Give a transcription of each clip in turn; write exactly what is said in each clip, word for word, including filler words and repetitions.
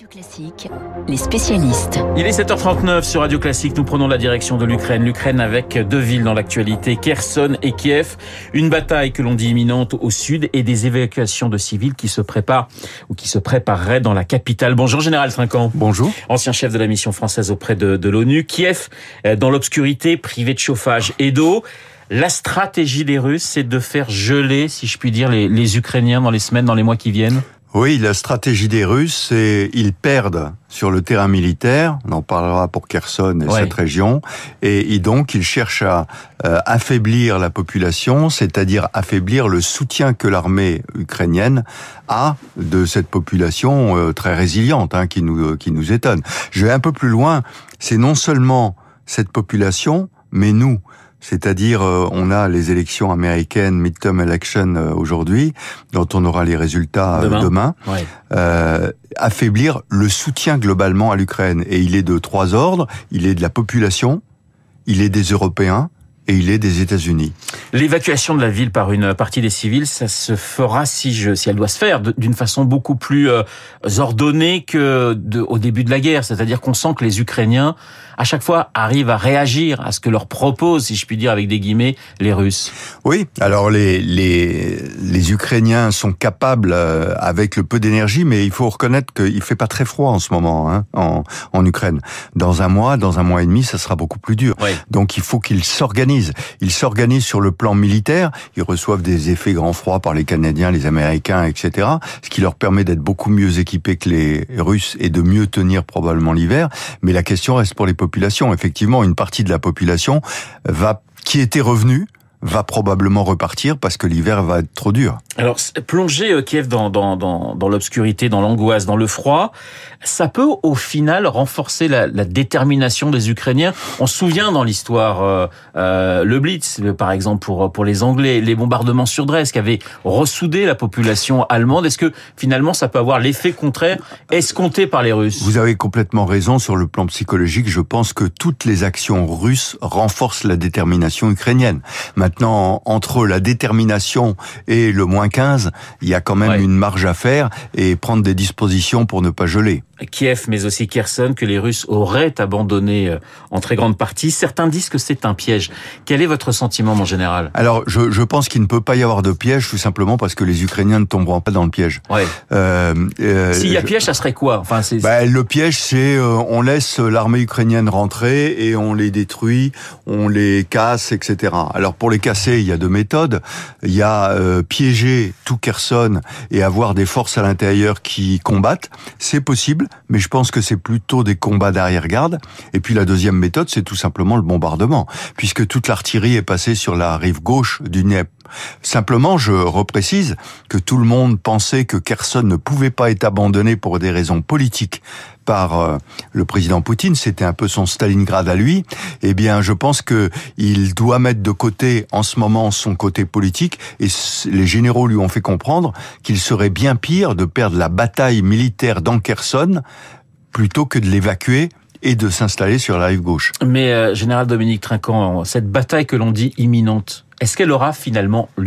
Radio Classique, les spécialistes. Il est sept heures trente-neuf sur Radio Classique. Nous prenons la direction de l'Ukraine. L'Ukraine avec deux villes dans l'actualité, Kherson et Kiev. Une bataille que l'on dit imminente au sud et des évacuations de civils qui se préparent ou qui se prépareraient dans la capitale. Bonjour Général Trinquant. Bonjour. Ancien chef de la mission française auprès de, de l'ONU. Kiev dans l'obscurité, privé de chauffage et d'eau. La stratégie des Russes, c'est de faire geler, si je puis dire, les, les Ukrainiens dans les semaines, dans les mois qui viennent. Oui, la stratégie des Russes, c'est ils perdent sur le terrain militaire. On en parlera pour Kherson et ouais. cette région. Et, et donc, ils cherchent à euh, affaiblir la population, c'est-à-dire affaiblir le soutien que l'armée ukrainienne a de cette population euh, très résiliente, hein, qui nous qui nous étonne. Je vais un peu plus loin. C'est non seulement cette population, mais nous. C'est-à-dire, euh, on a les élections américaines, midterm election euh, aujourd'hui, dont on aura les résultats euh, demain. demain. Ouais. Euh, affaiblir le soutien globalement à l'Ukraine. Et il est de trois ordres. Il est de la population, il est des Européens, et il est des États-Unis. L'évacuation de la ville par une partie des civils, ça se fera si, je, si elle doit se faire d'une façon beaucoup plus euh, ordonnée que de, au début de la guerre. C'est-à-dire qu'on sent que les Ukrainiens, à chaque fois, arrivent à réagir à ce que leur proposent, si je puis dire avec des guillemets, les Russes. Oui, alors les les les Ukrainiens sont capables euh, avec le peu d'énergie, mais il faut reconnaître qu'il fait pas très froid en ce moment, hein, en en Ukraine. Dans un mois, dans un mois et demi, ça sera beaucoup plus dur. Oui. Donc il faut qu'ils s'organisent. Ils s'organisent sur le plan militaire. Ils reçoivent des effets grand froid par les Canadiens, les Américains, et cetera. Ce qui leur permet d'être beaucoup mieux équipés que les Russes et de mieux tenir probablement l'hiver. Mais la question reste pour les populations. Effectivement, une partie de la population va, qui était revenue, va probablement repartir parce que l'hiver va être trop dur. Alors, plonger Kiev dans, dans, dans, dans l'obscurité, dans l'angoisse, dans le froid, ça peut au final renforcer la, la détermination des Ukrainiens. On se souvient dans l'histoire euh, euh, le Blitz, par exemple pour pour les Anglais, les bombardements sur Dresde qui avaient ressoudé la population allemande. Est-ce que finalement ça peut avoir l'effet contraire escompté par les Russes ? Vous avez complètement raison sur le plan psychologique. Je pense que toutes les actions russes renforcent la détermination ukrainienne. Maintenant, entre la détermination et le moins quinze, il y a quand même ouais. une marge à faire et prendre des dispositions pour ne pas geler. Kiev, mais aussi Kherson, que les Russes auraient abandonné en très grande partie. Certains disent que c'est un piège. Quel est votre sentiment, mon général ? Alors, je, je pense qu'il ne peut pas y avoir de piège, tout simplement parce que les Ukrainiens ne tomberont pas dans le piège. Ouais. Euh, euh, S'il y a je... piège, ça serait quoi ? Enfin, c'est... Bah, le piège, c'est euh, on laisse l'armée ukrainienne rentrer et on les détruit, on les casse, et cetera. Alors, pour les casser, il y a deux méthodes. Il y a euh, piéger tout Kherson et avoir des forces à l'intérieur qui combattent. C'est possible. Mais je pense que c'est plutôt des combats d'arrière-garde. Et puis la deuxième méthode, c'est tout simplement le bombardement, puisque toute l'artillerie est passée sur la rive gauche du Dniepr. Simplement, je reprécise que tout le monde pensait que Kherson ne pouvait pas être abandonné pour des raisons politiques par euh, le président Poutine, c'était un peu son Stalingrad à lui. Eh bien, je pense que il doit mettre de côté en ce moment son côté politique et les généraux lui ont fait comprendre qu'il serait bien pire de perdre la bataille militaire dans Kherson plutôt que de l'évacuer et de s'installer sur la rive gauche. Mais euh, général Dominique Trinquant, cette bataille que l'on dit imminente, est-ce qu'elle aura finalement lieu ?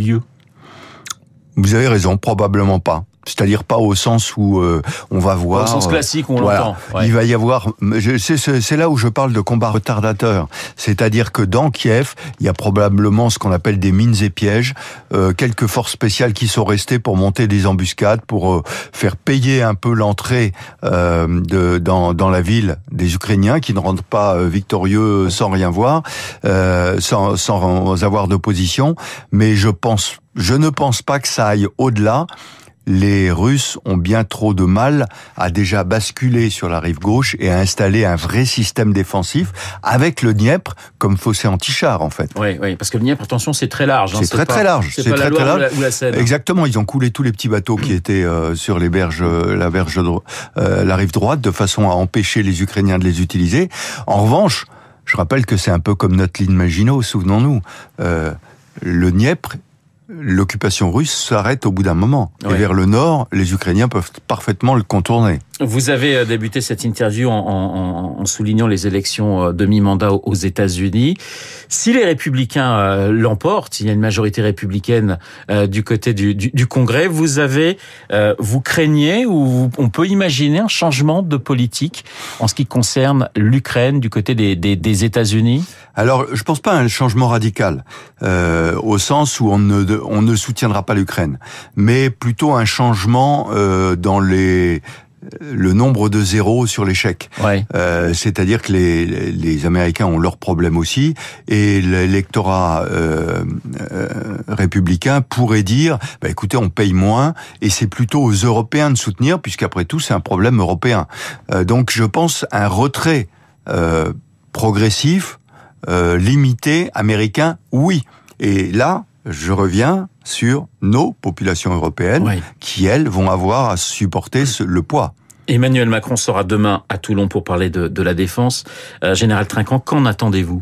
Vous avez raison, probablement pas. C'est-à-dire pas au sens où euh, on va voir... Au sens classique où on voilà, l'entend. Ouais. Il va y avoir... C'est, c'est là où je parle de combat retardateur. C'est-à-dire que dans Kiev, il y a probablement ce qu'on appelle des mines et pièges, euh, quelques forces spéciales qui sont restées pour monter des embuscades, pour euh, faire payer un peu l'entrée euh, de, dans, dans la ville des Ukrainiens qui ne rentrent pas euh, victorieux sans rien voir, euh, sans, sans avoir d'opposition. Mais je pense, je ne pense pas que ça aille au-delà. Les Russes ont bien trop de mal à déjà basculer sur la rive gauche et à installer un vrai système défensif avec le Dniepr comme fossé anti-char, en fait. Oui, oui, parce que le Dniepr, attention, c'est très large. Hein, c'est, c'est très, pas, très large. C'est, c'est pas très, la très large. Ou la, ou la Seine. Exactement. Ils ont coulé tous les petits bateaux qui étaient euh, sur les berges, la berge, euh, la rive droite, de façon à empêcher les Ukrainiens de les utiliser. En revanche, je rappelle que c'est un peu comme notre ligne Maginot, souvenons-nous. Euh, le Dniepr, l'occupation russe s'arrête au bout d'un moment. Ouais. Et vers le nord, les Ukrainiens peuvent parfaitement le contourner. Vous avez débuté cette interview en, en, en soulignant les élections de mi-mandat aux États-Unis. Si les Républicains l'emportent, il y a une majorité républicaine du côté du, du, du Congrès, vous avez, vous craignez ou on peut imaginer un changement de politique en ce qui concerne l'Ukraine du côté des, des, des États-Unis? Alors, je pense pas à un changement radical, euh, au sens où on ne, on ne soutiendra pas l'Ukraine, mais plutôt un changement euh, dans les le nombre de zéros sur les chèques. Ouais. Euh, c'est-à-dire que les, les Américains ont leurs problèmes aussi, et l'électorat euh, euh, républicain pourrait dire bah, écoutez, on paye moins, et c'est plutôt aux Européens de soutenir, puisqu'après tout, c'est un problème européen. Euh, donc, je pense à un retrait euh, progressif, euh, limité, américain, oui. Et là, je reviens sur nos populations européennes, oui, qui, elles, vont avoir à supporter ce, le poids. Emmanuel Macron sera demain à Toulon pour parler de, de la défense. Euh, Général Trinquant, qu'en attendez-vous?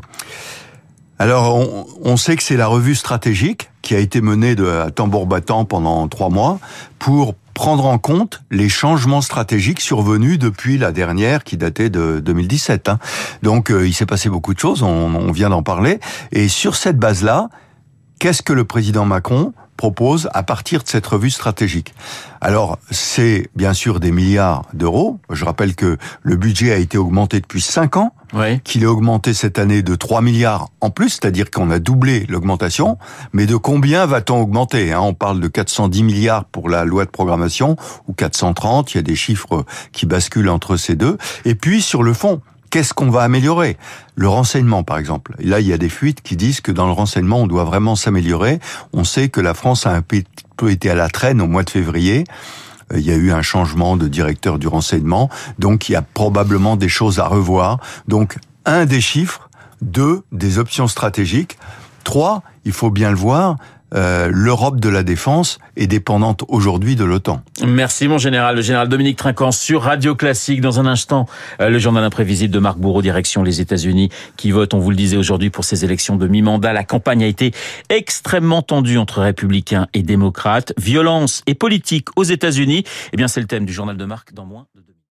Alors, on, on sait que c'est la revue stratégique qui a été menée de, à tambour battant pendant trois mois pour prendre en compte les changements stratégiques survenus depuis la dernière qui datait de deux mille dix-sept. Hein. Donc, euh, il s'est passé beaucoup de choses, on, on vient d'en parler. Et sur cette base-là, qu'est-ce que le président Macron propose à partir de cette revue stratégique? Alors, c'est bien sûr des milliards d'euros. Je rappelle que le budget a été augmenté depuis cinq ans, oui, qu'il est augmenté cette année de trois milliards en plus, c'est-à-dire qu'on a doublé l'augmentation. Mais de combien va-t-on augmenter, hein? On parle de quatre cent dix milliards pour la loi de programmation, ou quatre cent trente, il y a des chiffres qui basculent entre ces deux. Et puis, sur le fond, qu'est-ce qu'on va améliorer? Le renseignement, par exemple. Et là, il y a des fuites qui disent que dans le renseignement, on doit vraiment s'améliorer. On sait que la France a un peu été à la traîne au mois de février. Il y a eu un changement de directeur du renseignement. Donc, il y a probablement des choses à revoir. Donc, un, des chiffres. Deux, des options stratégiques. Trois, il faut bien le voir, Euh, l'Europe de la défense est dépendante aujourd'hui de l'OTAN. Merci mon général, le général Dominique Trinquant sur Radio Classique. Dans un instant, euh, le journal imprévisible de Marc Bourreau, direction les États-Unis, qui vote, on vous le disait aujourd'hui, pour ces élections de mi-mandat. La campagne a été extrêmement tendue entre républicains et démocrates. Violence et politique aux États-Unis. Eh bien, c'est le thème du journal de Marc dans moins de deux